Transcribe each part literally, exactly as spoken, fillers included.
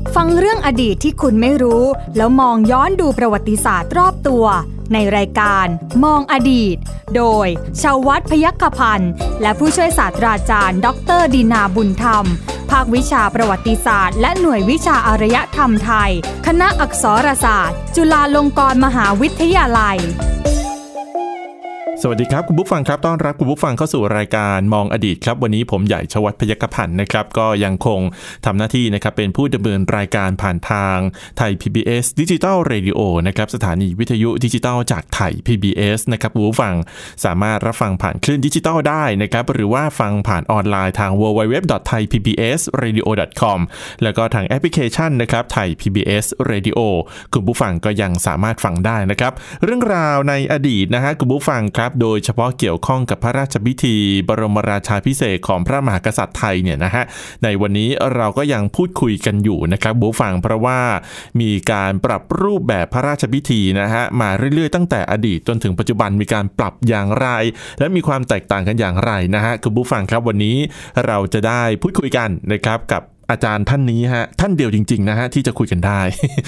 ฟังเรื่องอดีตที่คุณไม่รู้แล้วมองย้อนดูประวัติศาสตร์รอบตัวในรายการมองอดีตโดยชวัฒน์ พยัคฆพันธ์และผู้ช่วยศาสตราจารย์ดร.ดินาบุญธรรมภาควิชาประวัติศาสตร์และหน่วยวิชาอารยธรรมไทยคณะอักษรศาสตร์จุฬาลงกรณ์มหาวิทยาลัยสวัสดีครับคุณผู้ฟังครับต้อนรับคุณผู้ฟังเข้าสู่รายการมองอดีตครับวันนี้ผมใหญ่ชวัฒน์ พยัคฆพันธ์นะครับก็ยังคงทำหน้าที่นะครับเป็นผู้ดำเนินรายการผ่านทางไทย พี บี เอส Digital Radio นะครับสถานีวิทยุดิจิทัลจากไทย พี บี เอส นะครับคุณผู้ฟังสามารถรับฟังผ่านคลื่นดิจิทัลได้นะครับหรือว่าฟังผ่านออนไลน์ทาง ดับเบิลยู ดับเบิลยู ดับเบิลยู ดอท ไทยพีบีเอสเรดิโอ ดอท คอม แล้วก็ทางแอปพลิเคชันนะครับไทย พี บี เอส Radio คุณผู้ฟังก็ยังสามารถฟังได้นะครับเรื่องราวในอดีตนะฮะคุณผู้ฟังครับโดยเฉพาะเกี่ยวข้องกับพระราชพิธีบรมราชาภิเษกของพระมหากษัตริย์ไทยเนี่ยนะฮะในวันนี้เราก็ยังพูดคุยกันอยู่นะครับผู้ฟังเพราะว่ามีการปรับรูปแบบพระราชพิธีนะฮะมาเรื่อยๆตั้งแต่อดีตจนถึงปัจจุบันมีการปรับอย่างไรและมีความแตกต่างกันอย่างไรนะฮะคุณผู้ฟังครับวันนี้เราจะได้พูดคุยกันนะครับกับอาจารย์ท่านนี้ฮะท่านเดียวจริงๆนะฮะที่จะคุยกันได้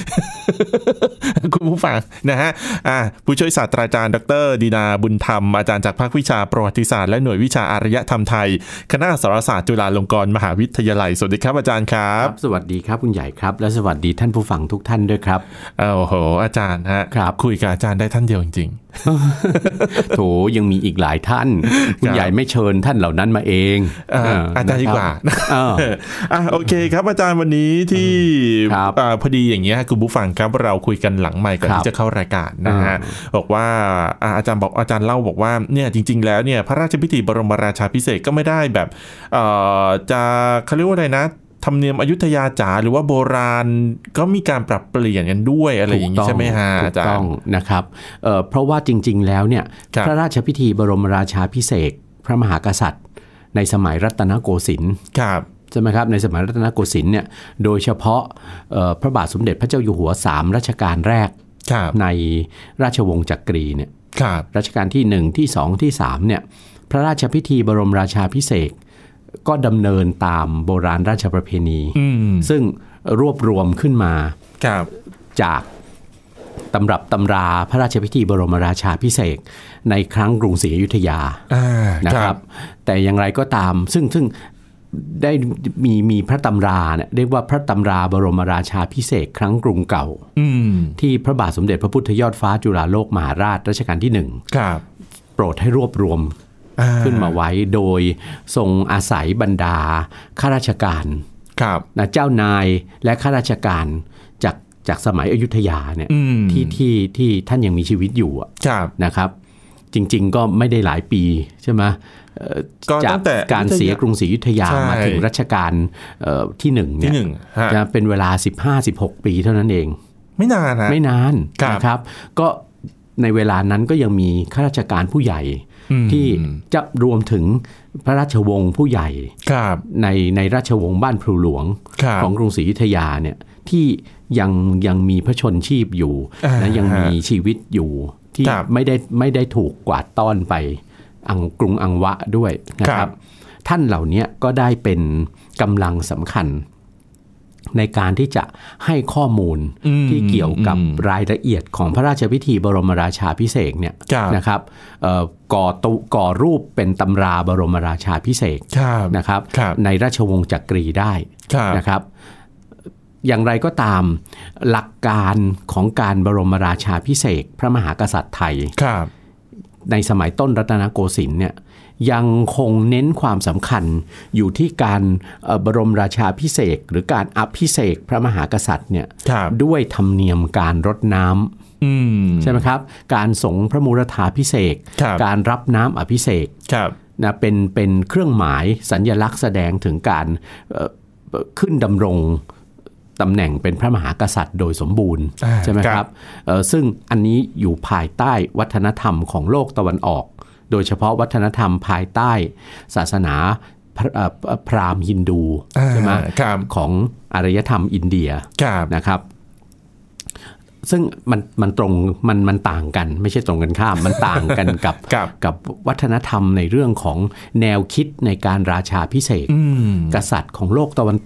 คุณผู้ฟังนะฮะอ่าผู้ช่วยศาสตราจารย์ดร.ดินาบุญธรรมอาจารย์จากภาควิชาประวัติศาสตร์และหน่วยวิชาอารยธรรมไทยคณะอักษรศาสตร์จุฬาลงกรณ์มหาวิทยาลัยสวัสดีครับอาจารย์ครับสวัสดีครับคุณใหญ่ครับและสวัสดีท่านผู้ฟังทุกท่านด้วยครับโอ้โหอาจารย์ฮะคุยกับอาจารย์ได้ท่านเดียวจริงๆโถยังมีอีกหลายท่านคุณใหญ่ไม่เชิญท่านเหล่านั้นมาเองอาจารย์ดีกว่าอ่าโอเคครับอาจารย์วันนี้ที่พอดีอย่างเงี้ยคุณผู้ฟังครับเราคุยกันหลังไมค์ก่อนที่จะเข้ารายการนะฮะบอกว่าอาจารย์บอกอาจารย์เล่าบอกว่าเนี่ยจริงๆแล้วเนี่ยพระราชพิธีบรมราชาภิเษกก็ไม่ได้แบบจะเขาเรียกว่าอะไรนะธรรมเนียมอยุธยาจ๋าหรือว่าโบราณก็มีการปรับเปลี่ยนกันด้วยอะไรอย่างนี้ใช่ไหมฮะอาจารย์ถูกต้องนะครับเอ่อเพราะว่าจริงๆแล้วเนี่ยพระราชพิธีบรมราชาภิเษกพระมหากษัตริย์ในสมัยรัตนโกสินทร์ใช่ไหมครับในสมัยรัตนโกสินทร์เนี่ยโดยเฉพาะพระบาทสมเด็จพระเจ้าอยู่หัวสามรัชกาลแรกในราชวงศ์จักรีเนี่ยรัชกาลที่หนึ่งที่สองที่สามเนี่ยพระราชพิธีบรมราชาภิเษกก็ดำเนินตามโบราณราชประเพณีซึ่งรวบรวมขึ้นมาจากตำรับตำราพระราชพิธีบรมราชาภิเษกในครั้งกรุงศรีอยุธยานะครับแต่อย่างไรก็ตามซึ่งซึ่งได้มีมีพระตำราเนี่ยเรียกว่าพระตำราบรมราชาภิเษกครั้งกรุงเก่าที่พระบาทสมเด็จพระพุทธยอดฟ้าจุฬาโลกมหาราชรัชกาลที่หนึ่งโปรดให้รวบรวมขึ้นมาไว้โดยทรงอาศัยบรรดาข้าราชการนะเจ้านายและข้าราชการจากจากสมัยอยุธยาเนี่ยที่ที่ที่ท่านยังมีชีวิตอยู่นะครับจริงๆก็ไม่ได้หลายปีใช่ไหมจากการเสียกรุงศรีอยุธยามาถึงรัชกาลที่หนึ่งเนี่ยจะเป็นเวลา สิบห้าสิบหก ปีเท่านั้นเองไม่นานนะไม่นานนะครับก็ในเวลานั้นก็ยังมีข้าราชการผู้ใหญ่ที่จะรวมถึงพระราชวงศ์ผู้ใหญ่ในในราชวงศ์บ้านพลูหลวงของกรุงศรีอยุธยาเนี่ยที่ยังยังมีพระชนชีพอยู่และยังมีชีวิตอยู่ที่ไม่ได้ไม่ได้ถูกกวาดต้อนไปอังกรุงอังวะด้วยนะครับท่านเหล่านี้ก็ได้เป็นกำลังสำคัญในการที่จะให้ข้อมูลที่เกี่ยวกับรายละเอียดของพระราชพิธีบรมราชาภิเษกเนี่ยนะครับก่อตุก่อรูปเป็นตำราบรมราชาภิเษกนะครับในราชวงศ์จักรีได้นะครับอย่างไรก็ตามหลักการของการบรมราชาภิเษกพระมหากษัตริย์ไทยในสมัยต้นรัตนโกสินทร์เนี่ยยังคงเน้นความสำคัญอยู่ที่การบรมราชาภิเษกหรือการอภิเษกพระมหากษัตริย์เนี่ยด้วยธรรมเนียมการรดน้ำใช่ไหมครับการสงพระมูรธาภิเษกการรับน้ำอภิเษกนะเป็นเป็นเครื่องหมายสัญลักษณ์แสดงถึงการขึ้นดำรงตำแหน่งเป็นพระมหากษัตริย์โดยสมบูรณ์ใช่ไหมครับซึ่งอันนี้อยู่ภายใต้วัฒนธรรมของโลกตะวันออกโดยเฉพาะวัฒนธรรมภายใต้ศาสนาพราหมณ์ฮินดูใช่ไหมของอารยธรรมอินเดียนะครับซึ่งมันมันตรงมันมันต่างกันไม่ใช่ตรงกันข้ามมันต่างกันกับกับวัฒนธรรมในเรื่องของแนวคิดในการราชาภิเษกกษัตริย์ของโลกตะวันตก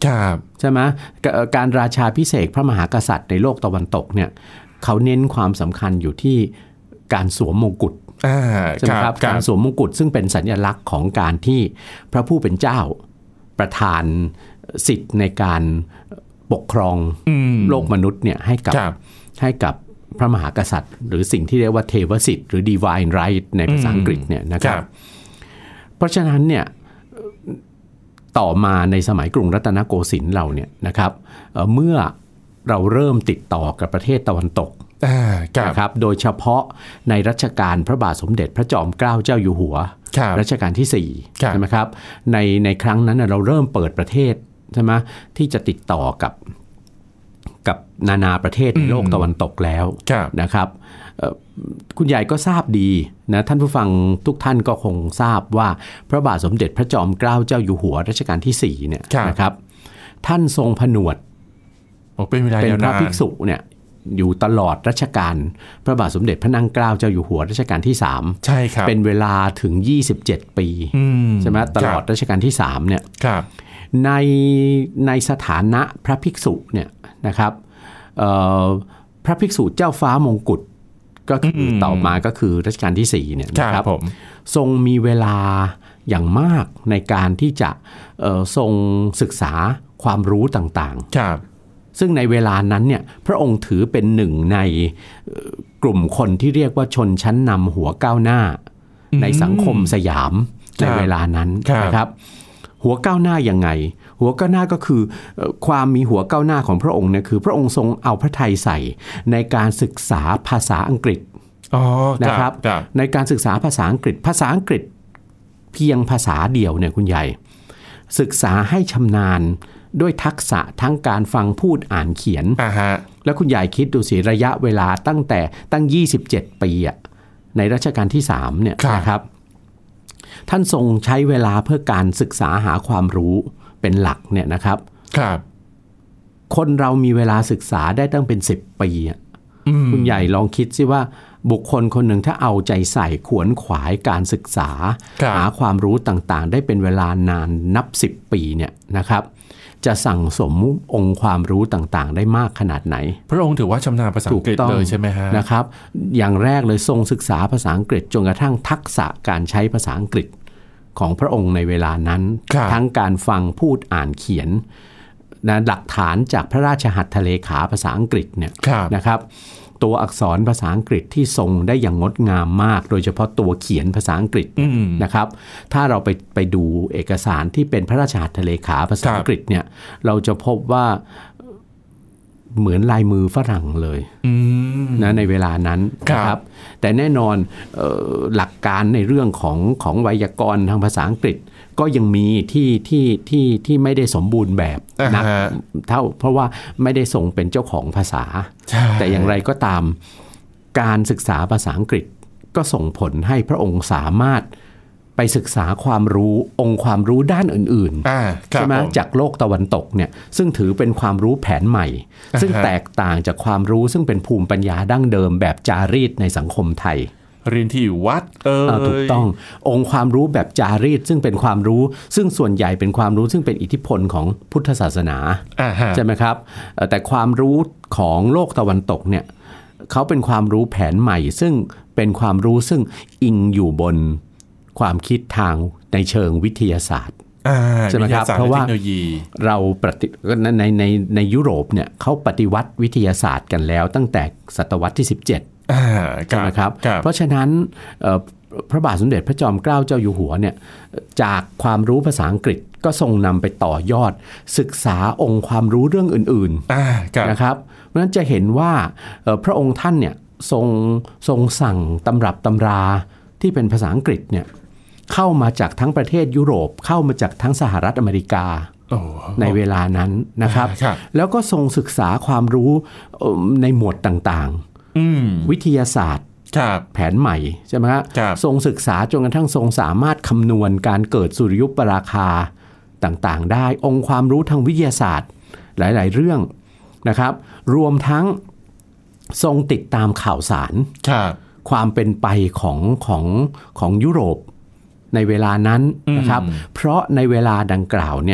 ใช่ไหมการราชาภิเษกพระมหากษัตริย์ในโลกตะวันตกเนี่ยเขาเน้นความสำคัญอยู่ที่การสวมมงกุฎใช่ไหมครับการสวมมงกุฎซึ่งเป็นสัญลักษณ์ของการที่พระผู้เป็นเจ้าประทานสิทธิ์ในการปกครองโลกมนุษย์เนี่ยให้กับให้กับพระมหากษัตริย์หรือสิ่งที่เรียกว่าเทวสิทธิ์หรือ divine right ในภาษาอังกฤษเนี่ยนะครับเพราะฉะนั้นเนี่ยต่อมาในสมัยกรุงรัตนโกสินทร์เราเนี่ยนะครับ เ, เมื่อเราเริ่มติดต่อกับประเทศตะวันตกนะครับโดยเฉพาะในรัชกาลพระบาทสมเด็จพระจอมเกล้าเจ้าอยู่หัวรัชกาลที่สี่ใช่ไหมครับในในครั้งนั้นเราเริ่มเปิดประเทศใช่ไหมที่จะติดต่อกับกับนานาประเทศในโลกตะวันตกแล้วนะครับคุณใหญ่ก็ทราบดีนะท่านผู้ฟังทุกท่านก็คงทราบว่าพระบาทสมเด็จพระจอมเกล้าเจ้าอยู่หัวรัชกาลที่สี่เนี่ยนะครับท่านทรงผนวดเป็นพระภิกษุเนี่ยอยู่ตลอดรัชกาลพระบาทสมเด็จพระนั่งเกล้าเจ้าอยู่หัวรัชกาลที่สามใช่ครับเป็นเวลาถึงยี่สิบเจ็ดปีใช่ไหมตลอดรัชกาลที่สามเนี่ยในในสถานะพระภิกษุเนี่ยนะครับพระภิกษุเจ้าฟ้ามงกุฎก็คือต่อมาก็คือรัชกาลที่สี่เนี่ยนะครับทรงมีเวลาอย่างมากในการที่จะทรงศึกษาความรู้ต่างๆซึ่งในเวลานั้นเนี่ยพระองค์ถือเป็นหนึ่งในกลุ่มคนที่เรียกว่าชนชั้นนำหัวก้าวหน้าในสังคมสยามในเวลานั้นนะครับหัวก้าวหน้ายังไงหัวก้าวหน้าก็คือความมีหัวก้าวหน้าของพระองค์เนี่ยคือพระองค์ทรงเอาพระทัยใส่ในการศึกษาภาษาอังกฤษนะครับในการศึกษาภาษาอังกฤษภาษาอังกฤษเพียงภาษาเดียวเนี่ยคุณใหญ่ศึกษาให้ชำนาญด้วยทักษะทั้งการฟังพูดอ่านเขียนแล้วคุณใหญ่คิดดูสิระยะเวลาตั้งแต่ตั้งยี่สิบเจ็ดปีอ่ะในรัชกาลที่สามเนี่ยนะครับท่านทรงใช้เวลาเพื่อการศึกษาหาความรู้เป็นหลักเนี่ยนะครับครับคนเรามีเวลาศึกษาได้ตั้งเป็นสิบปีอ่ะคุณใหญ่ลองคิดสิว่าบุคคลคนหนึ่งถ้าเอาใจใส่ขวนขวายการศึกษาหาความรู้ต่างๆได้เป็นเวลานานนับสิบปีเนี่ยนะครับจะสั่งสมองค์ความรู้ต่างๆได้มากขนาดไหนพระองค์ถือว่าชำนาญภาษาอังกฤษเลยใช่ไหมฮะนะครับอย่างแรกเลยทรงศึกษาภาษาอังกฤษจนกระทั่งทักษะการใช้ภาษาอังกฤษของพระองค์ในเวลานั้นทั้งการฟังพูดอ่านเขียนนะหลักฐานจากพระราชหัตถเลขาภาษาอังกฤษเนี่ยนะครับตัวอักษรภาษาอังกฤษที่ทรงได้อย่างงดงามมากโดยเฉพาะตัวเขียนภาษาอังกฤษนะครับถ้าเราไปไปดูเอกสารที่เป็นพระราชหัตถเลขาภาษาอังกฤษเนี่ยเราจะพบว่าเหมือนลายมือฝรั่งเลยนะในเวลานั้นนะครับแต่แน่นอนหลักการในเรื่องของของไวยากรณ์ทางภาษาอังกฤษก็ยังมีที่ที่ที่ที่ไม่ได้สมบูรณ์แบบนักเท่าเพราะว่าไม่ได้ทรงเป็นเจ้าของภาษาแต่อย่างไรก็ตามการศึกษาภาษาอังกฤษก็ส่งผลให้พระองค์สามารถไปศึกษาความรู้องค์ความรู้ด้านอื่นๆใช่ไหมจากโลกตะวันตกเนี่ยซึ่งถือเป็นความรู้แผนใหม่ซึ่งแตกต่างจากความรู้ซึ่งเป็นภูมิปัญญาดั้งเดิมแบบจารีตในสังคมไทยเรียนที่วัดเออถูกต้ององค์ความรู้แบบจารีตซึ่งเป็นความรู้ซึ่งส่วนใหญ่เป็นความรู้ซึ่งเป็นอิทธิพลของพุทธศาสนาใช่ไหมครับแต่ความรู้ของโลกตะวันตกเนี่ยเขาเป็นความรู้แผนใหม่ซึ่งเป็นความรู้ซึ่งอิงอยู่บนความคิดทางในเชิงวิทยาศาสตร์ใช่ไหมครับเพราะว่าเราปฏิในในในยุโรปเนี่ยเขาปฏิวัติวิทยาศาสตร์กันแล้วตั้งแต่ศตวรรษที่สิบเจ็ดใช่ไหมครับเพราะฉะนั้นพระบาทสมเด็จพระจอมเกล้าเจ้าอยู่หัวเนี่ยจากความรู้ภาษาอังกฤษก็ทรงนำไปต่อยอดศึกษาองค์ความรู้เรื่องอื่นๆนะครับเพราะฉะนั้นจะเห็นว่าพระองค์ท่านเนี่ยทรงทรงสั่งตำรับตำราที่เป็นภาษาอังกฤษเนี่ยเข้ามาจากทั้งประเทศยุโรปเข้ามาจากทั้งสหรัฐอเมริกาในเวลานั้นนะครับแล้วก็ทรงศึกษาความรู้ในหมวดต่างๆวิทยาศาสตร์แผนใหม่ใช่ไหมครับทรงศึกษาจนกระทั่งทรงสามารถคำนวณการเกิดสุริยุปราคาต่างๆได้องค์ความรู้ทางวิทยาศาสตร์หลายๆเรื่องนะครับรวมทั้งทรงติดตามข่าวสารความเป็นไปของของของยุโรปในเวลานั้นนะครับเพราะในเวลาดังกล่าวเนี่ย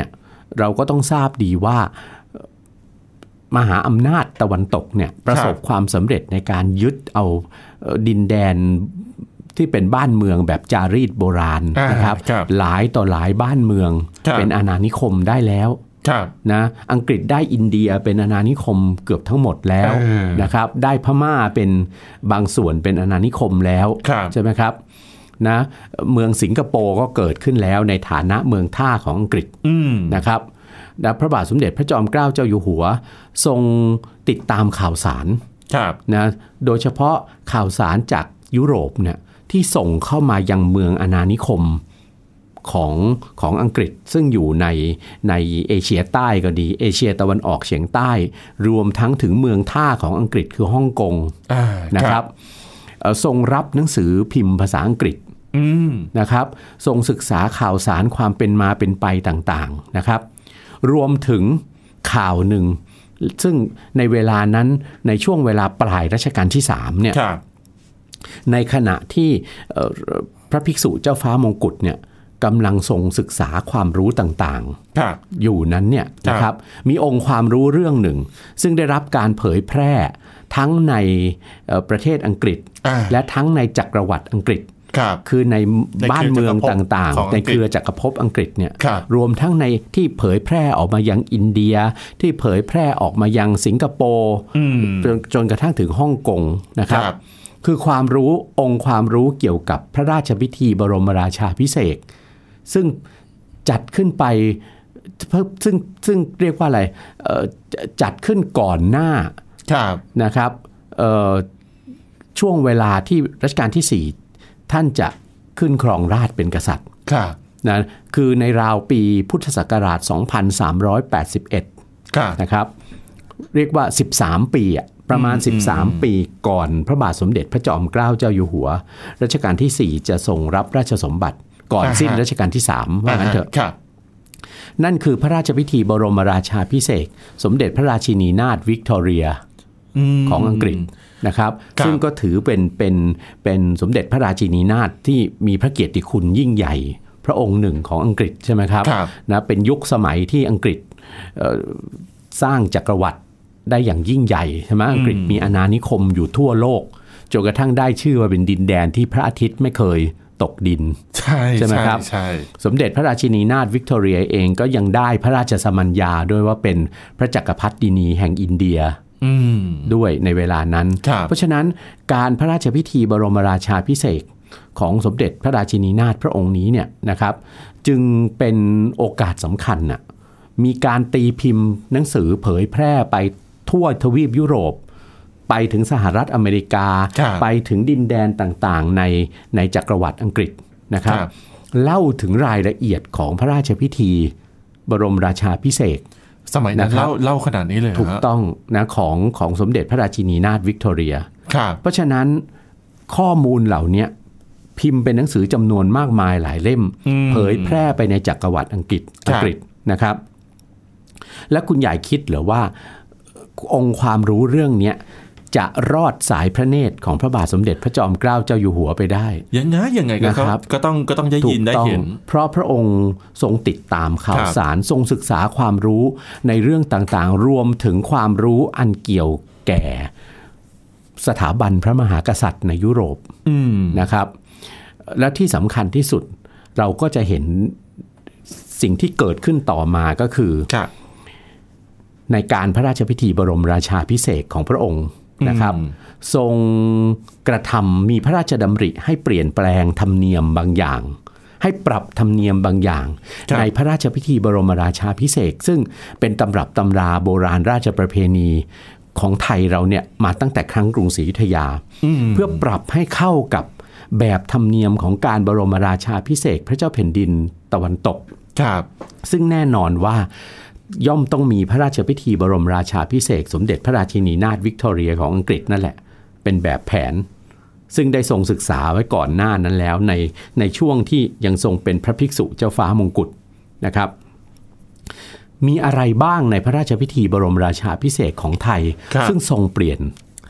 เราก็ต้องทราบดีว่ามหาอำนาจตะวันตกเนี่ยประสบความสำเร็จในการยึดเอาดินแดนที่เป็นบ้านเมืองแบบจารีตโบราณนะครับหลายต่อหลายบ้านเมืองเป็นอาณานิคมได้แล้วนะอังกฤษได้อินเดียเป็นอาณานิคมเกือบทั้งหมดแล้วนะครับได้พม่าเป็นบางส่วนเป็นอาณานิคมแล้วใช่ไหมครับนะเมืองสิงคโปร์ก็เกิดขึ้นแล้วในฐานะเมืองท่าของอังกฤษนะครับและพระบาทสมเด็จพระจอมเกล้าเจ้าอยู่หัวทรงติดตามข่าวสารนะโดยเฉพาะข่าวสารจากยุโรปเนี่ยที่ส่งเข้ามายังเมืองอาณานิคมของของอังกฤษซึ่งอยู่ในในเอเชียใต้ก็ดีเอเชียตะวันออกเฉียงใต้รวมทั้งถึงเมืองท่าของอังกฤษคือฮ่องกงนะครับทรงรับหนังสือพิมพ์ภาษาอังกฤษนะครับทรงศึกษาข่าวสารความเป็นมาเป็นไปต่างๆนะครับรวมถึงข่าวหนึ่งซึ่งในเวลานั้นในช่วงเวลาปลายรัชกาลที่สามเนี่ยในขณะที่พระภิกษุเจ้าฟ้ามงกุฎเนี่ยกำลังทรงศึกษาความรู้ต่างๆอยู่นั้นเนี่ยนะครับมีองค์ความรู้เรื่องหนึ่งซึ่งได้รับการเผยแพร่ทั้งในประเทศอังกฤษและทั้งในจักรวรรดิอังกฤษคือในบ้านเมืองต่างๆในเครือจักรภพอังกฤษเนี่ยรวมทั้งในที่เผยแพร่ออกมายังอินเดียที่เผยแพร่ออกมายังสิงคโปร์จนกระทั่งถึงฮ่องกงนะครับคือความรู้องค์ความรู้เกี่ยวกับพระราชพิธีบรมราชาภิเษกซึ่งจัดขึ้นไปซึ่งซึ่งเรียกว่าอะไรจัดขึ้นก่อนหน้านะครับช่วงเวลาที่รัชกาลที่สี่ท่านจะขึ้นครองราชย์เป็นกษัตริย์นะคือในราวปีพุทธศักราชสองพันสามร้อยแปดสิบเอ็ดนะครับเรียกว่าสิบสามปีอ่ะประมาณสิบสามปีก่อนพระบาทสมเด็จพระจอมเกล้าเจ้าอยู่หัวรัชกาลที่สี่จะทรงรับราชสมบัติก่อนสิ้นรัชกาลที่สามว่างั้นเถอะนั่นคือพระราชพิธีบรมราชาภิเษกสมเด็จพระราชินีนาถวิกตอเรียของอังกฤษนะครับซึ่งก็ถือเป็นเป็นเป็นสมเด็จพระราชินีนาถที่มีพระเกียรติคุณยิ่งใหญ่พระองค์หนึ่งของอังกฤษใช่ไหมครับนะเป็นยุคสมัยที่อังกฤษสร้างจักรวรรดิได้อย่างยิ่งใหญ่ใช่ไหมอังกฤษมีอาณานิคมอยู่ทั่วโลกจนกระทั่งได้ชื่อว่าเป็นดินแดนที่พระอาทิตย์ไม่เคยตกดินใช่ใช่ไหมครับสมเด็จพระราชินีนาถวิกตอเรียเองก็ยังได้พระราชสมัญญาด้วยว่าเป็นพระจักรพรรดินีแห่งอินเดียด้วยในเวลานั้นเพราะฉะนั้นการพระราชพิธีบรมราชาภิเษกของสมเด็จพระราชินีนาถพระองค์นี้เนี่ยนะครับจึงเป็นโอกาสสำคัญน่ะมีการตีพิมพ์หนังสือเผยแพร่ไปทั่วทวีปยุโรปไปถึงสหรัฐอเมริกาไปถึงดินแดนต่างๆในในจักรวรรดิอังกฤษนะครับเล่าถึงรายละเอียดของพระราชพิธีบรมราชาภิเษกสมัยนั้นเล่าเล่าขนาดนี้เลยถูกต้องนะของของสมเด็จพระราชินีนาถวิกตอเรียเพราะฉะนั้นข้อมูลเหล่านี้พิมพ์เป็นหนังสือจำนวนมากมายหลายเล่มเผยแพร่ไปในจักรวรรดิอังกฤษอังกฤษนะครับและคุณใหญ่คิดเหรอว่าองค์ความรู้เรื่องนี้จะรอดสายพระเนตรของพระบาทสมเด็จพระจอมเกล้าเจ้าอยู่หัวไปได้ยังไงยังไงนะครับก็ต้องก็ต้องได้ยินได้เห็นเพราะพระองค์ทรงติดตามข่าวสารทรงศึกษาความรู้ในเรื่องต่างๆรวมถึงความรู้อันเกี่ยวแก่สถาบันพระมหากษัตริย์ในยุโรปนะครับและที่สำคัญที่สุดเราก็จะเห็นสิ่งที่เกิดขึ้นต่อมาก็คือในการพระราชพิธีบรมราชาภิเษกของพระองค์นะครับทรงกระทำมีพระราชดำริให้เปลี่ยนแปลงธรรมเนียมบางอย่างให้ปรับธรรมเนียมบางอย่างในพระราชพิธีบรมราชาภิเษกซึ่งเป็นตำรับตำราโบราณราชประเพณีของไทยเราเนี่ยมาตั้งแต่ครั้งกรุงศรีอยุธยาเพื่อปรับให้เข้ากับแบบธรรมเนียมของการบรมราชาภิเษกพระเจ้าแผ่นดินตะวันตกซึ่งแน่นอนว่าย่อมต้องมีพระราชพิธีบรมราชาภิเษกสมเด็จพระราชินีนาถวิกตอเรียของอังกฤษนั่นแหละเป็นแบบแผนซึ่งได้ทรงศึกษาไว้ก่อนหน้านั้นแล้วในในช่วงที่ยังทรงเป็นพระภิกษุเจ้าฟ้ามงกุฎนะครับมีอะไรบ้างในพระราชพิธีบรมราชาภิเษกของไทยซึ่งทรงเปลี่ยน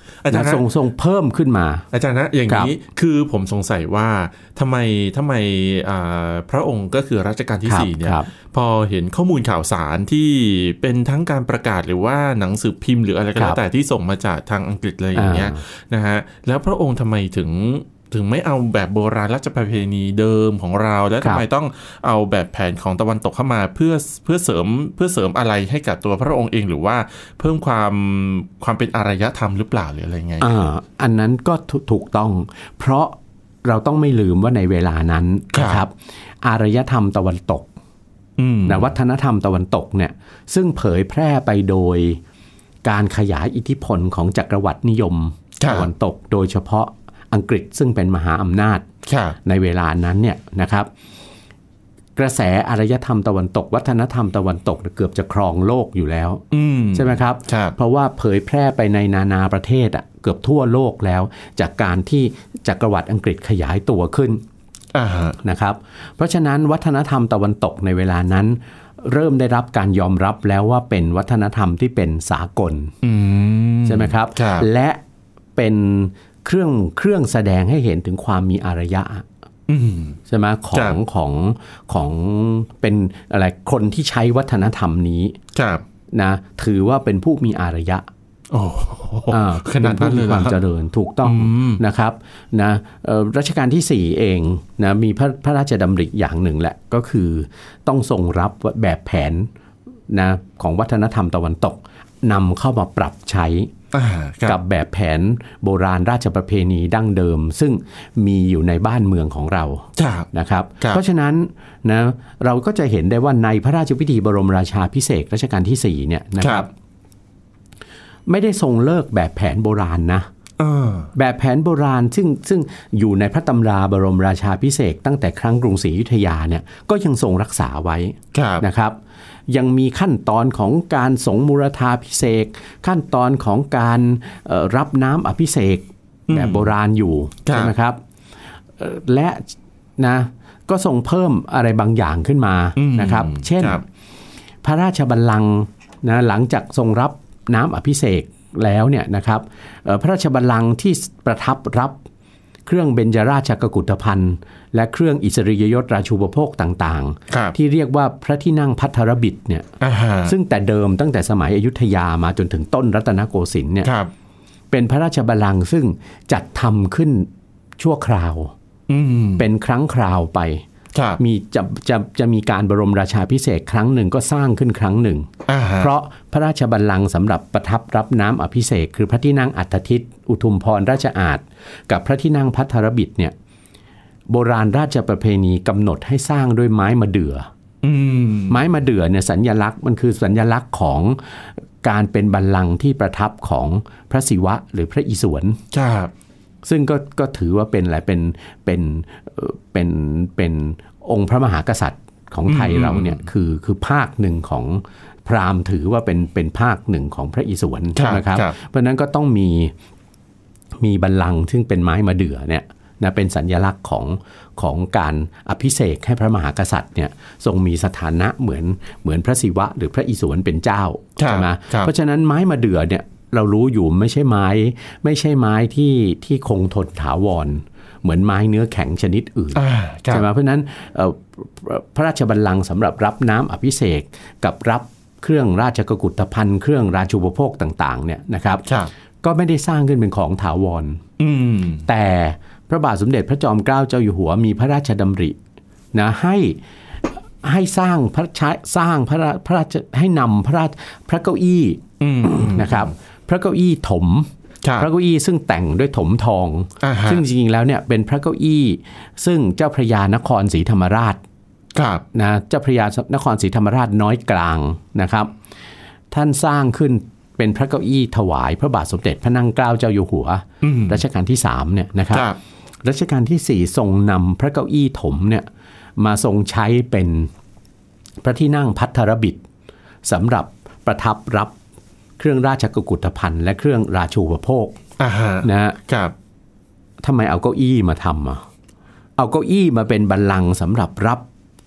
อาจารย์ทรงทรงเพิ่มขึ้นมาอาจารย์นะอย่างนี้คือผมสงสัยว่าทำไมทำไมพระองค์ก็คือรัชกาลที่สี่เนี่ยพอเห็นข้อมูลข่าวสารที่เป็นทั้งการประกาศหรือว่าหนังสือพิมพ์หรืออะไรก็แล้วแต่ที่ส่งมาจากทางอังกฤษอะไรอย่างเงี้ยนะฮะแล้วพระองค์ทำไมถึงถึงไม่เอาแบบโบราณราชประเพณีเดิมของเราแล้วทำไมต้องเอาแบบแผนของตะวันตกเข้ามาเพื่อเพื่อเสริมเพื่อเสริมอะไรให้กับตัวพระองค์เองหรือว่าเพิ่มความความเป็นอารยธรรมหรือเปล่าหรืออะไรไงอ่าอันนั้นก็ถูกต้องเพราะเราต้องไม่ลืมว่าในเวลานั้นนะครับอารยธรรมตะวันตกนะวัฒนธรรมตะวันตกเนี่ยซึ่งเผยแพร่ไปโดยการขยายอิทธิพลของจักรวรรดินิยมตะวันตกโดยเฉพาะอังกฤษซึ่งเป็นมหาอำนาจในเวลานั้นเนี่ยนะครับกระแสอารยธรรมตะวันตกวัฒนธรรมตะวันตกเกือบจะครองโลกอยู่แล้วใช่ไหมครับเพราะว่าเผยแพร่ไปในนานาประเทศอ่ะเกือบทั่วโลกแล้วจากการที่จักรวรรดิอังกฤษขยายตัวขึ้นนะครับเพราะฉะนั้นวัฒนธรรมตะวันตกในเวลานั้นเริ่มได้รับการยอมรับแล้วว่าเป็นวัฒนธรรมที่เป็นสากลใช่ไหมครับและเป็นเครื่องเครื่องแสดงให้เห็นถึงความมีอารยะใช่ไหมของของของเป็นอะไรคนที่ใช้วัฒนธรรมนี้นะถือว่าเป็นผู้มีอารยะโอ้ขนาดนั้นเลยความเจริญถูกต้องนะครับนะรัชกาลที่สี่เองนะมีพระพระราชดำริอย่างหนึ่งแหละก็คือต้องทรงรับแบบแผนนะของวัฒนธรรมตะวันตกนำเข้ามาปรับใช้กับแบบแผนโบราณราชประเพณีดั้งเดิมซึ่งมีอยู่ในบ้านเมืองของเรานะครับเพราะฉะนั้นนะเราก็จะเห็นได้ว่าในพระราชพิธีบรมราชาภิเษกรัชกาลที่สี่เนี่ยนะครับไม่ได้ทรงเลิกแบบแผนโบราณนะแบบแผนโบราณซึ่งซึ่งอยู่ในพระตำราบรมราชาภิเษกตั้งแต่ครั้งกรุงศรีอยุธยาเนี่ยก็ยังทรงรักษาไว้นะครับยังมีขั้นตอนของการสงฆ์มูรธาภิเษกขั้นตอนของการรับน้ำอภิเษกแบบโบราณอยู่ใช่ไหมครับและนะก็ทรงเพิ่มอะไรบางอย่างขึ้นมานะครับเช่นพระราชบัลลังก์นะหลังจากทรงรับน้ำอภิเษกแล้วเนี่ยนะครับพระราชบัลลังก์ที่ประทับรับเครื่องเบญจราชกกุฏภัณฑ์และเครื่องอิสริยยศราชูปโภคต่างๆที่เรียกว่าพระที่นั่งภัทรบิดเนี่ยซึ่งแต่เดิมตั้งแต่สมัยอยุธยามาจนถึงต้นรัตนโกสินทร์เนี่ยเป็นพระราชบัลลังก์ซึ่งจัดทำขึ้นชั่วคราวเป็นครั้งคราวไปมีจะจะจะมีการบรมราชาภิเษกครั้งหนึ่งก็สร้างขึ้นครั้งหนึ่งเพราะพระราชบัลลังก์สำหรับประทับรับน้ำอภิเษกคือพระที่นั่งอัฏฐทิตอุทุมพรราชอาณกับพระที่นั่งภัทรบิดเนี่ยโบราณราชประเพณีกำหนดให้สร้างด้วยไม้มะเดื่อไม้มะเดื่อเนี่ยสัญลักษณ์มันคือสัญลักษณ์ของการเป็นบัลลังก์ที่ประทับของพระศิวะหรือพระอิศวรซึ่งก็ก็ถือว่าเป็นอะไรเป็นเป็นเป็นเป็นองค์พระมหากษัตริย์ของไทยเราเนี่ยคือคือภาคหนึ่งของพราหมณ์ถือว่าเป็นเป็นภาคหนึ่งของพระอิศวรใช่ไหมครับเพราะนั้นก็ต้องมีมีบัลลังก์ซึ่งเป็นไม้มะเดื่อเนี่ยนะเป็นสัญลักษณ์ของของการอภิเษกให้พระมหากษัตริย์เนี่ยทรงมีสถานะเหมือนเหมือนพระศิวะหรือพระอิศวรเป็นเจ้าใช่ไหมเพราะฉะนั้นไม้มะเดื่อเนี่ยเรารู้อยู่ไม่ใช่ไม้ไม่ใช่ไม้ที่ที่คงทนถาวรเหมือนไม้เนื้อแข็งชนิดอื่นใช่ไหมเพราะฉะนั้นพระราชบัลลังก์สำหรับรับน้ำอภิเษกกับรับเครื่องราชกุฏภัณฑ์เครื่องราชูปโภคต่างๆเนี่ยนะครับก็ไม่ได้สร้างขึ้นเป็นของถาวรแต่พระบาทสมเด็จพระจอมเกล้าเจ้าอยู่หัวมีพระราชดำรินะให้ให้สร้างพระสร้างพระพระราชให้นำพระพระเก้าอี้นะครับพระเก้าอี้ถมพระเก้าอี้ซึ่งแต่งด้วยถมทองซึ่งจริงๆแล้วเนี่ยเป็นพระเก้าอี้ซึ่งเจ้าพระยานครศรีธรรมราชนะเจ้าพระยานครศรีธรรมราชน้อยกลางนะครับท่านสร้างขึ้นเป็นพระเก้าอี้ถวายพระบาทสมเด็จพระนั่งเกล้าเจ้าอยู่หัวรัชกาลที่สามเนี่ยนะครับรัชกาลที่สี่ทรงนำพระเก้าอี้ถมเนี่ยมาทรงใช้เป็นพระที่นั่งภัทรบิดสำหรับประทับรับเครื่องราชกุฏภัณฑ์และเครื่องราชูปโภคนะครับทำไมเอาเก้าอี้มาทำอ่ะเอาเก้าอี้มาเป็นบัลลังก์สำหรับรับ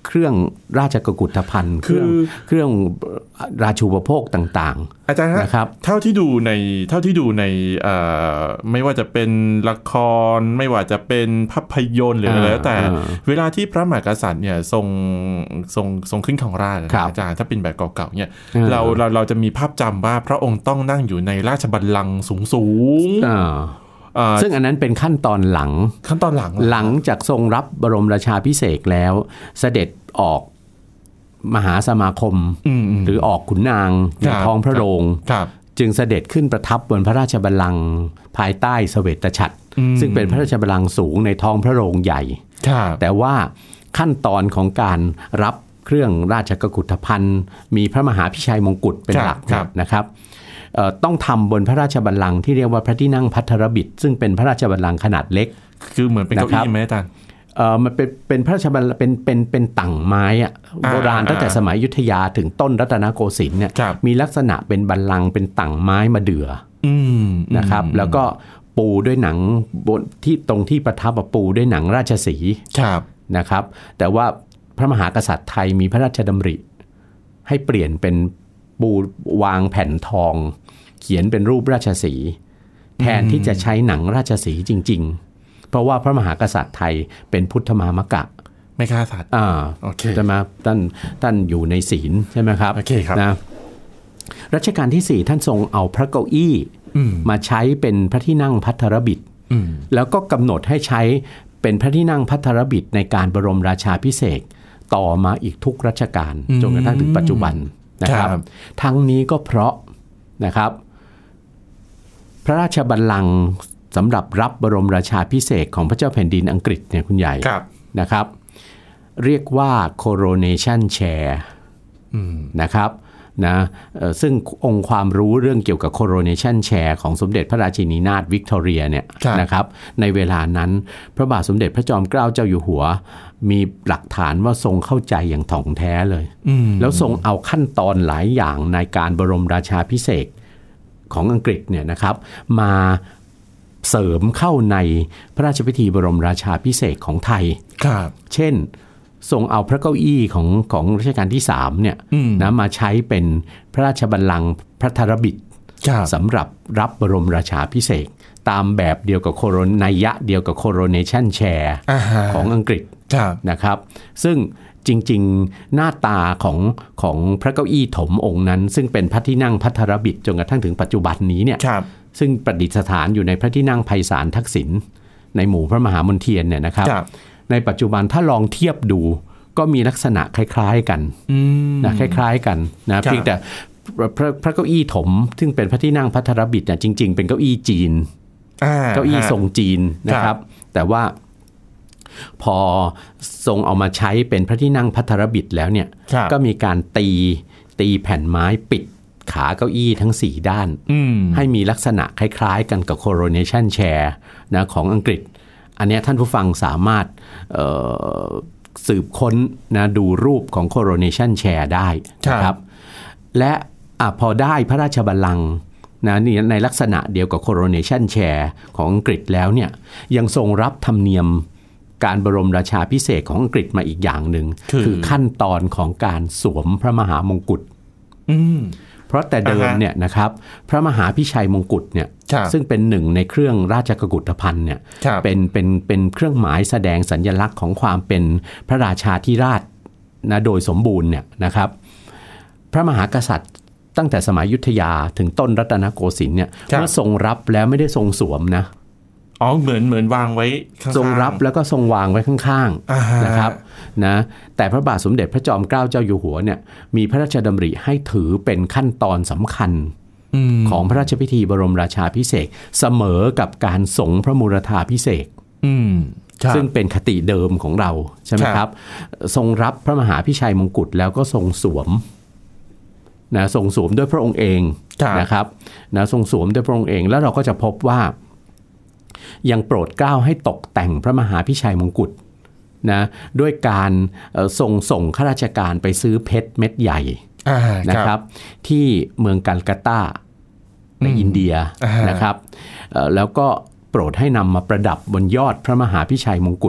เครื่องราชกุฏภัณฑ์เครื่องเครื่องราชูปโภคต่างๆอาจารย์นะครับเท่าที่ดูในเท่าที่ดูในไม่ว่าจะเป็นละครไม่ว่าจะเป็นภาพยนตร์หรืออะไรแล้วแต่เวลาที่พระมหากษัตริย์เนี่ยทรงทรงทรงขึ้นครองราชย์อาจารย์ถ้าเป็นแบบเก่าๆเนี่ยเราเราเราจะมีภาพจำว่าพระองค์ต้องนั่งอยู่ในราชบัลลังก์สูงๆซึ่งอันนั้นเป็นขั้นตอนหลังขั้นตอนหลังหลังจากทรงรับบรมราชาภิเษกแล้วเสด็จออกมหาสมาคมหรือออกขุนนางในท้องพระโรงจึงเสด็จขึ้นประทับบนพระราชบัลลังก์ภายใต้เสวตฉัตรซึ่งเป็นพระราชบัลลังก์สูงในท้องพระโรงใหญ่แต่ว่าขั้นตอนของการรับเครื่องราชกุฏภัณฑ์มีพระมหาพิชัยมงกุฎเป็นหลักนะครับต้องทำบนพระราชบัลลังก์ที่เรียกว่าพระที่นั่งภัทรบิดซึ่งเป็นพระราชบัลลังก์ขนาดเล็กคือเหมือนเป็นเก้าอี้ไหมอาจารย์เออมันเป็นเป็นพระราชบัลลังก์เป็นเป็นเป็นตั่งไม้อะโบราณตั้งแต่สมัยอยุธยาถึงต้นรัตนโกสินทร์เนี่ยมีลักษณะเป็นบัลลังก์เป็นตั่งไม้มาเดื่อนะครับแล้วก็ปูด้วยหนังบนที่ตรงที่ประทับปูด้วยหนังราชสีห์นะครับแต่ว่าพระมหากษัตริย์ไทยมีพระราชดำริให้เปลี่ยนเป็นปูวางแผ่นทองเขียนเป็นรูปราชสีห์แทนที่จะใช้หนังราชสีห์จริงๆเพราะว่าพระมหากษัตริย์ไทยเป็นพุทธมามกะไม่ฆ่าสัตว์อ่าโอเคจะมาท่านท่านอยู่ในศีลใช่ไหมครับโอเคครับนะรัชกาลที่สี่ท่านทรงเอาพระเก้าอี้มาใช้เป็นพระที่นั่งภัทรบิดแล้วก็กำหนดให้ใช้เป็นพระที่นั่งภัทรบิดในการบรมราชาภิเษกต่อมาอีกทุกรัชกาลจนกระทั่งถึงปัจจุบันนะครับทั้งนี้ก็เพราะนะครับพระราชบัลลังก์สำหรับรับบรมราชาภิเษกของพระเจ้าแผ่นดินอังกฤษเนี่ยคุณใหญ่นะครับเรียกว่า coronation chair นะครับนะซึ่งองค์ความรู้เรื่องเกี่ยวกับ coronation chair ของสมเด็จพระราชินีนาถวิกตอเรียเนี่ยนะครับในเวลานั้นพระบาทสมเด็จพระจอมเกล้าเจ้าอยู่หัวมีหลักฐานว่าทรงเข้าใจอย่างถ่องแท้เลยแล้วทรงเอาขั้นตอนหลายอย่างในการบรมราชาภิเษกของอังกฤษเนี่ยนะครับมาเสริมเข้าในพระราชพิธีบรมราชาภิเษกของไทยเช่นทรงเอาพระเก้าอี้ของของรัชกาลที่สามเนี่ยนะมาใช้เป็นพระราชบัลลังก์พระธรบิดสำหรับรับบรมราชาภิเษกตามแบบเดียวกับโคโรนัยยะเดียวกับ coronation chair ของอังกฤษนะครับซึ่งจริงๆหน้าตาของของพระเก้าอี้ถมองค์นั้นซึ่งเป็นพระที่นั่งภัทรบิดจนกระทั่งถึงปัจจุบันนี้เนี่ยซึ่งประดิษฐานอยู่ในพระที่นั่งไพศาลทักษิณในหมู่พระมหามนเทียนเนี่ยนะครับในปัจจุบันถ้าลองเทียบดูก็มีลักษณะคล้ายๆกันนะคล้ายๆกันนะเพียงแต่พระพระเก้าอี้ถมซึ่งเป็นพระที่นั่งภัทรบิดเนี่ยจริงๆเป็นเก้าอี้จีนเก้าอี้ทรงจีนนะครับแต่ว่าพอทรงเอามาใช้เป็นพระที่นั่งภัทรบิดแล้วเนี่ยก็มีการตีตีแผ่นไม้ปิดขาเก้าอี้ทั้งสี่ด้านให้มีลักษณะคล้ายๆกันกับ coronation chair นะของอังกฤษอันนี้ท่านผู้ฟังสามารถสืบค้นนะดูรูปของ coronation chair ได้นะครับและอ่ะพอได้พระราชบัลลังก์นะนี่ในลักษณะเดียวกับ coronation chair ของอังกฤษแล้วเนี่ยยังทรงรับธรรมเนียมการบรมราชาภิเษกของอังกฤษมาอีกอย่างหนึ่ง คือ คือขั้นตอนของการสวมพระมหามงกุฎเพราะแต่เดิมเนี่ยนะครับพระมหาพิชัยมงกุฎเนี่ยซึ่งเป็นหนึ่งในเครื่องราชกุฏภัณฑ์เนี่ยเป็นเป็นเป็นเครื่องหมายแสดงสัญลักษณ์ของความเป็นพระราชาธิราชนะโดยสมบูรณ์เนี่ยนะครับพระมหากษัตริย์ตั้งแต่สมัยอยุธยาถึงต้นรัตนโกสินทร์เนี่ยเมื่อทรงรับแล้วไม่ได้ทรงสวมนะอ๋อเหมือนเหมือนวางไว้ข้างๆทรงรับแล้วก็ทรงวางไว้ข้างๆนะครับนะแต่พระบาทสมเด็จพระจอมเกล้าเจ้าอยู่หัวเนี่ยมีพระราชดำริให้ถือเป็นขั้นตอนสำคัญของพระราชพิธีบรมราชาภิเษกเสมอกับการสงพระมูรธาภิเษกซึ่งเป็นคติเดิมของเราใช่ไหมครับทรงรับพระมหาพิชัยมงกุฎแล้วก็ทรงสวมนะทรงสวมด้วยพระองค์เองนะครับนะทรงสวมด้วยพระองค์เองแล้วเราก็จะพบว่ายังโปรดเกล้าให้ตกแต่งพระมหาพิชัยมงกุฎนะด้วยการส่งส่งข้าราชการไปซื้อเพชรเม็ดใหญ่นะครับที่เมืองกัลกัตตาในอินเดียนะครับแล้วก็โปรดให้นำมาประดับบนยอดพระมหาพิชัยมงกุฎ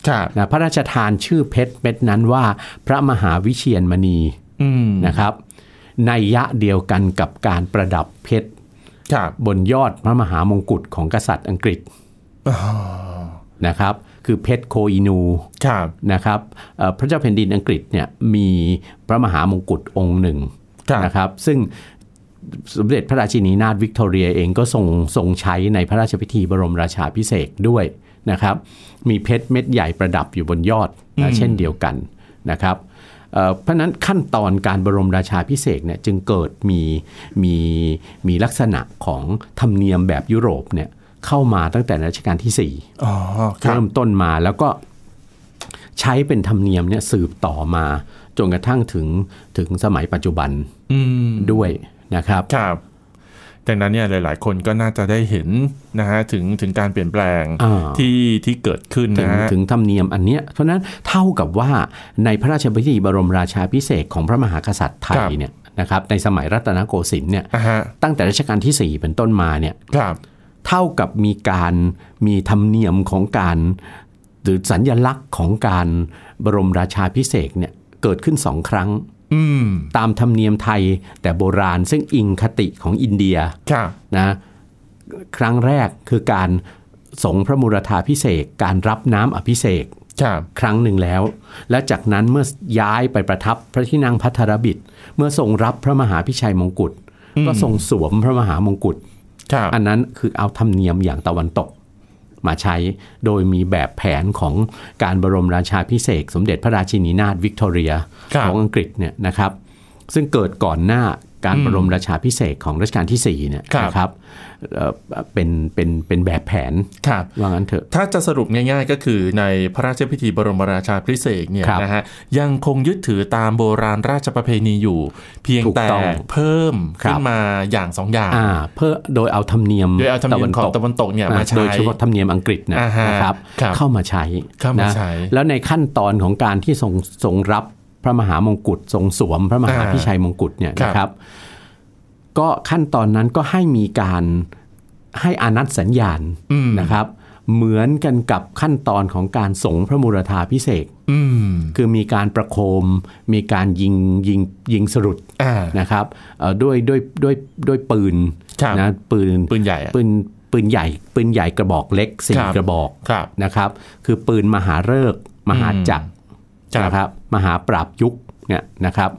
นะพระราชทานชื่อเพชรเม็ดนั้นว่าพระมหาวิเชียรมณีนะครับนัยยะเดียวกันกับการประดับเพชรบนยอดพระมหามงกุฎของกษัตริย์อังกฤษนะครับคือเพชรโคอินูนะครับพระเจ้าแผ่นดินอังกฤษเนี่ยมีพระมหามงกุฎองค์หนึ่งนะครับซึ่งสมเด็จพระราชินีนาถวิกตอเรียเองก็ทรงทรงใช้ในพระราชพิธีบรมราชาภิเษกด้วยนะครับมีเพชรเม็ดใหญ่ประดับอยู่บนยอดนะเช่นเดียวกันนะครับเพราะนั้นขั้นตอนการบรมราชาภิเษกเนี่ยจึงเกิดมีมีมีลักษณะของธรรมเนียมแบบยุโรปเนี่ยเข้ามาตั้งแต่รัชกาลที่สี่เริ่มต้นมาแล้วก็ใช้เป็นธรรมเนียมเนี่ยสืบต่อมาจนกระทั่งถึงถึงสมัยปัจจุบันด้วยนะครับครับดังนั้นเนี่ยหลายๆคนก็น่าจะได้เห็นนะฮะถึงถึงการเปลี่ยนแปลงที่ที่เกิดขึ้นนะฮะถึงธรรมเนียมอันเนี้ยเพราะนั้นเท่ากับว่าในพระราชพิธีบรมราชาภิเษกของพระมหากษัตริย์ไทยเนี่ยนะครับในสมัยรัตนโกสินทร์เนี่ยตั้งแต่รัชกาลที่สี่เป็นต้นมาเนี่ยเท่ากับมีการมีธรรมเนียมของการหรือสัญลักษณ์ของการบรมราชาภิเษกเนี่ยเกิดขึ้นสองครั้งตามธรรมเนียมไทยแต่โบราณซึ่งอิงคติของอินเดียนะครั้งแรกคือการสงพระมูรธาภิเษกการรับน้ำอภิเษกครั้งหนึ่งแล้วและจากนั้นเมื่อย้ายไปประทับพระที่นั่งภัทรบิดเมื่อทรงรับพระมหาพิชัยมงกุฎก็ทรงสวมพระมหามงกุฎอันนั้นคือเอาธรรมเนียมอย่างตะวันตกมาใช้โดยมีแบบแผนของการบรมราชาภิเษกสมเด็จพระราชินีนาถวิกตอเรียของอังกฤษเนี่ยนะครับซึ่งเกิดก่อนหน้าการบรมราชาภิเษกของรัชกาลที่สี่เนี่ยนะครับเป็นเป็นเป็นแบบแผนว่างั้นเถอะถ้าจะสรุปง่ายๆก็คือในพระราชพิธีบรมราชาภิเษกเนี่ยนะฮะยังคงยึดถือตามโบราณราชประเพณีอยู่เพียงแต่เพิ่มขึ้นมาอย่างสองอย่างเพื่อโดยเอาธรรมเนียมโดยเอาธรรมเนียมของตะวันตกเนี่ยมาใช้โดยเฉพาะธรรมเนียมอังกฤษนะครับเข้ามาใช้นะแล้วในขั้นตอนของการที่ทรงทรงรับพระมหามงกุฎทรงสวมพระมหาพิชัยมงกุฎเนี่ยนะครับก็ขั้นตอนนั้นก็ให้มีการให้อานัตสัญญาณนะครับเหมือนกันกับขั้นตอนของการสงพระมูรธาภิเษกคือมีการประโคมมีการยิงยิงยิงสรุปนะครับด้วยด้วยด้วยด้วยปืนนะปืนปืนใหญ่ปืนปืนใหญ่ปืนใหญ่กระบอกเล็กสี่กระบอกนะครับคือปืนมหาฤกษ์มหาจักรนะครับมหาปราบยุคเนี่ยนะครับ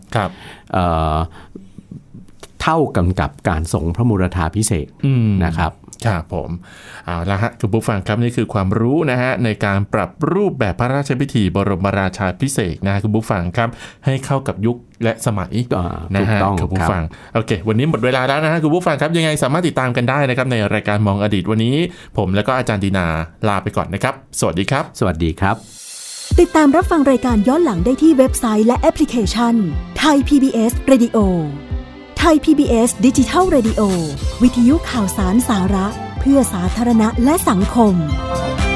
เท่ากันกับการสงพระมูรธาภิเษกนะครับครับผมเอาละฮะคุณผู้ฟังครับนี่คือความรู้นะฮะในการปรับรูปแบบพระราชพิธีบรมราชาภิเษกนะคุณผู้ฟังครับให้เข้ากับยุคและสมัยนะฮะคุณผู้ฟังโอเควันนี้หมดเวลาแล้วนะฮะคุณผู้ฟังครับยังไงสามารถติดตามกันได้นะครับในรายการมองอดีตวันนี้ผมและก็อาจารย์ดีนาลาไปก่อนนะครับสวัสดีครับสวัสดีครับติดตามรับฟังรายการย้อนหลังได้ที่เว็บไซต์และแอปพลิเคชัน Thai พี บี เอส Radio Thai พี บี เอส Digital Radio วิทยุข่าวสารสาระเพื่อสาธารณะและสังคม